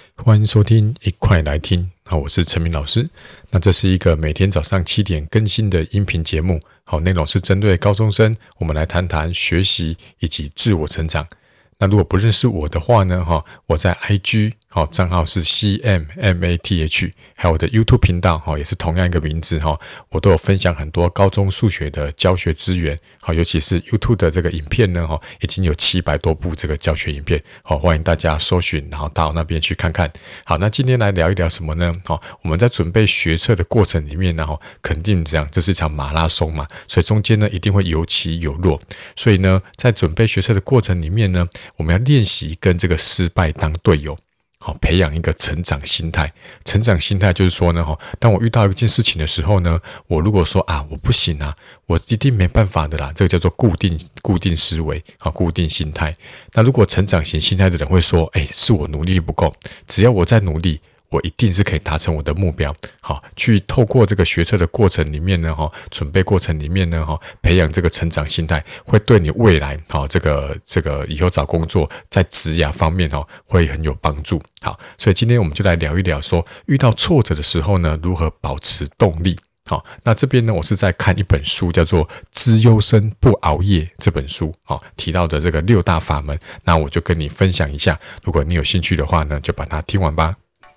欢迎收听，一块来听。我是陈明老师。那这是一个每天早上7点更新的音频节目。内容是针对高中生，我们来谈谈学习以及自我成长。那如果不认识我的话呢，我在 IG 账号是 CMMATH， 还有我的 YouTube 频道也是同样一个名字，我都有分享很多高中数学的教学资源，尤其是 YouTube 的这个影片呢，已经有700多部这个教学影片，欢迎大家搜寻，然后到那边去看看。好，那今天来聊一聊什么呢？我们在准备学测的过程里面呢，肯定这是一场马拉松嘛，所以中间呢一定会有起有落，所以呢在准备学测的过程里面呢，我们要练习跟这个失败当队友，培养一个成长心态。成长心态就是说呢，当我遇到一件事情的时候呢，我如果说我不行啊，我一定没办法的啦，这个叫做固定思维，固定心态。那如果成长型心态的人会说，是我努力不够，只要我在努力，我一定是可以达成我的目标。去透过这个学测的过程里面呢，准备过程里面呢，培养这个成长心态，会对你未来这个以后找工作在职涯方面会很有帮助。好，所以今天我们就来聊一聊说，遇到挫折的时候呢，如何保持动力。那这边呢，我是在看一本书，叫做《资优生不熬夜》这本书，提到的这个6大法门，那我就跟你分享一下，如果你有兴趣的话呢，就把它听完吧。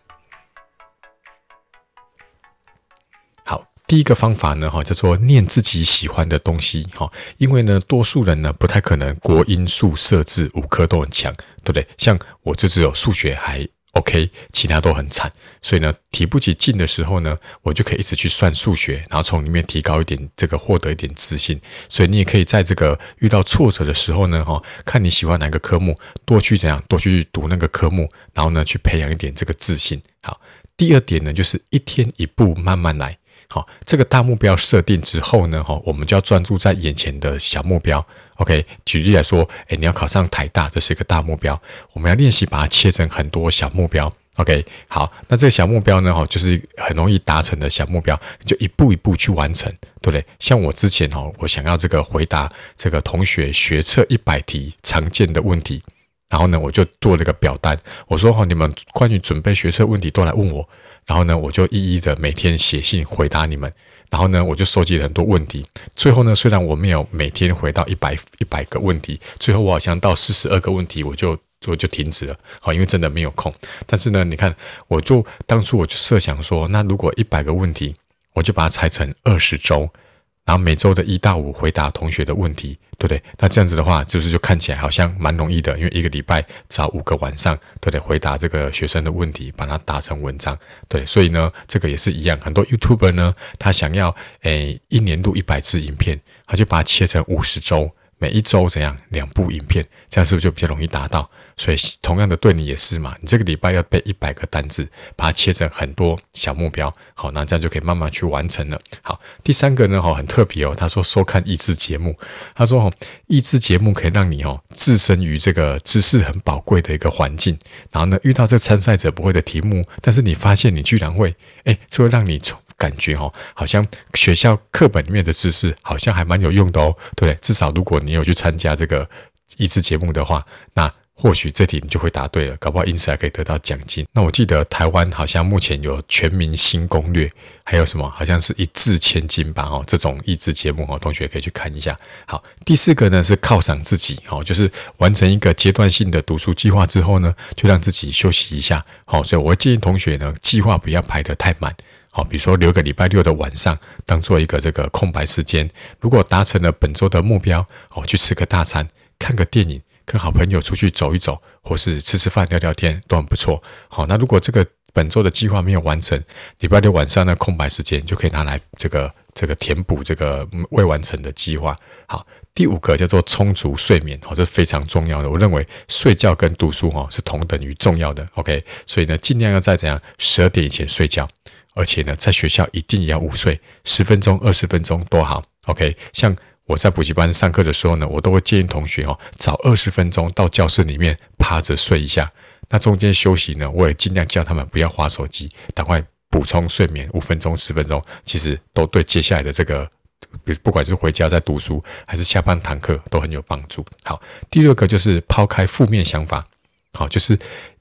第一个方法呢，叫做念自己喜欢的东西。因为呢，多数人呢不太可能国英数社自5科都很强，对不对？像我就只有数学还 OK， 其他都很惨。所以呢，提不起劲的时候呢，我就可以一直去算数学，然后从里面提高一点获得一点自信。所以你也可以在这个遇到挫折的时候呢，看你喜欢哪个科目，多去读那个科目，然后呢去培养一点这个自信。好，第二点呢，就是一天一步慢慢来。这个大目标设定之后呢，我们就要专注在眼前的小目标。OK， 举例来说，你要考上台大，这是一个大目标，我们要练习把它切成很多小目标。OK， 好，那这个小目标呢，就是很容易达成的小目标，你就一步一步去完成，对不对？像我之前我想要回答这个同学学测100题常见的问题。然后呢，我就做了一个表单，我说你们关于准备学测问题都来问我，然后呢，我就一一的每天写信回答你们，然后呢，我就收集了很多问题。最后呢，虽然我没有每天回到100个问题，最后我好像到42个问题我就停止了，因为真的没有空。但是呢，你看，当初我就设想说，那如果100个问题，我就把它拆成20周。然后每周的1到5回答同学的问题，对不对？那这样子的话，就看起来好像蛮容易的，因为一个礼拜找5个晚上，对不对？回答这个学生的问题，把它打成文章，对。所以呢，这个也是一样，很多 YouTuber 呢，他想要一年录100支影片，他就把它切成50周。每一周2部影片，这样是不是就比较容易达到？所以同样的对你也是嘛，你这个礼拜要背100个单字，把它切成很多小目标，好，那这样就可以慢慢去完成了。好，第三个呢，很特别他说收看益智节目，他说益智节目可以让你置身于这个知识很宝贵的一个环境，然后呢遇到这参赛者不会的题目，但是你发现你居然会，这会让你感觉好像学校课本里面的知识好像还蛮有用的对不对？至少如果你有去参加这个益智节目的话，那或许这题你就会答对了，搞不好因此还可以得到奖金。那我记得台湾好像目前有全民新攻略，还有什么好像是一掷千金吧这种益智节目同学可以去看一下。好，第4个呢是犒赏自己就是完成一个阶段性的读书计划之后呢，就让自己休息一下所以我会建议同学呢，计划不要排得太满。比如说留个礼拜6的晚上当做一个这个空白时间，如果达成了本周的目标去吃个大餐，看个电影，跟好朋友出去走一走，或是吃吃饭聊聊天都很不错。那如果这个本周的计划没有完成，礼拜6晚上的空白时间就可以拿来这个填补这个未完成的计划。好，第5个叫做充足睡眠，这是非常重要的。我认为睡觉跟读书是同等于重要的。OK， 所以呢，尽量要在12点以前睡觉。而且呢，在学校一定也要午睡，10分钟、20分钟多好。OK， 像我在补习班上课的时候呢，我都会建议同学早20分钟到教室里面趴着睡一下。那中间休息呢，我也尽量叫他们不要滑手机，赶快补充睡眠5分钟、10分钟，其实都对接下来的这个不管是回家在读书，还是下班堂课都很有帮助。好，第6个就是抛开负面想法。好，就是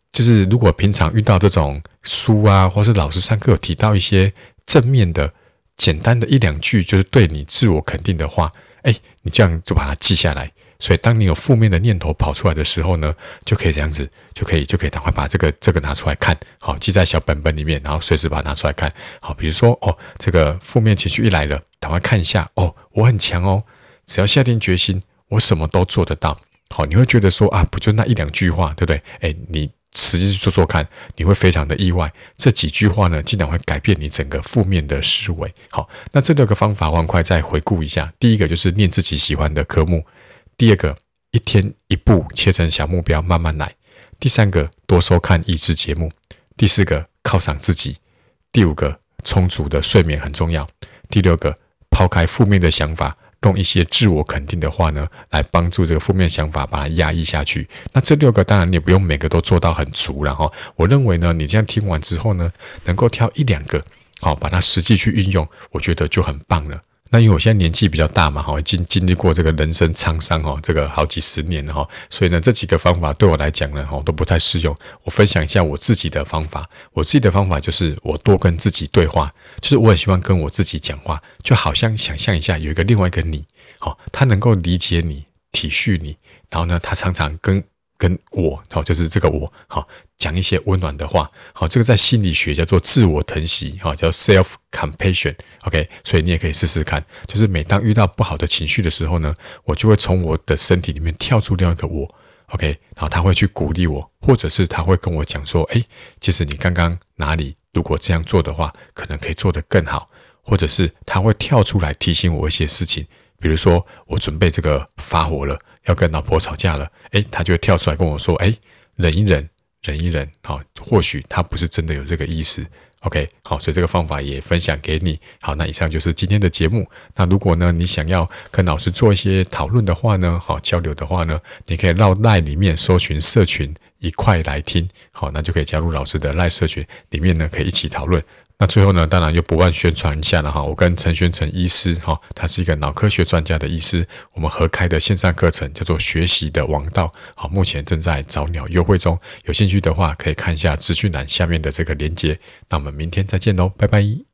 就是如果平常遇到这种书啊，或是老师上课有提到一些正面的、简单的一两句，就是对你自我肯定的话，你这样就把它记下来。所以当你有负面的念头跑出来的时候呢，就可以这样子，就可以赶快把这个拿出来看，好，记在小本本里面，然后随时把它拿出来看。好，比如说这个负面情绪一来了，赶快看一下，我很强哦，只要下定决心，我什么都做得到。好，你会觉得说不就那一两句话，对不对？你实际去做做看，你会非常的意外，这几句话呢，竟然会改变你整个负面的思维。好，那这6个方法，我很快再回顾一下。第一个就是念自己喜欢的科目。第二个，一天一步切成小目标，慢慢来。第三个，多收看益智节目。第四个，犒赏自己。第五个，充足的睡眠很重要。第六个，抛开负面的想法，用一些自我肯定的话呢，来帮助这个负面想法把它压抑下去。那这6个当然你也不用每个都做到很足了哈。我认为呢，你这样听完之后呢，能够挑1、2个，好，把它实际去运用，我觉得就很棒了。那因为我现在年纪比较大嘛，已经经历过这个人生沧桑这个好几十年了所以呢，这几个方法对我来讲呢都不太适用。我分享一下我自己的方法。我自己的方法就是我多跟自己对话，就是我很喜欢跟我自己讲话，就好像想象一下有一个另外一个你，他能够理解你、体恤你，然后呢，他常常跟我，就是这个我，讲一些温暖的话，这个在心理学叫做自我疼惜，叫 self compassion。 OK， 所以你也可以试试看，就是每当遇到不好的情绪的时候呢，我就会从我的身体里面跳出另外一个我。OK， 然后他会去鼓励我，或者是他会跟我讲说，其实你刚刚哪里如果这样做的话，可能可以做得更好，或者是他会跳出来提醒我一些事情。比如说我准备这个发火了，要跟老婆吵架了，他就会跳出来跟我说，忍一忍，或许他不是真的有这个意思。OK， 好，所以这个方法也分享给你。好，那以上就是今天的节目。那如果呢，你想要跟老师做一些讨论的话呢，交流的话呢，你可以到 LINE 里面搜寻社群一块来听，好，那就可以加入老师的 LINE 社群，里面呢可以一起讨论。那最后呢，当然又不忘宣传一下了我跟陈宣诚医师他是一个脑科学专家的医师，我们合开的线上课程叫做学习的王道，目前正在早鸟优惠中，有兴趣的话可以看一下资讯栏下面的这个连结。那我们明天再见咯，拜拜。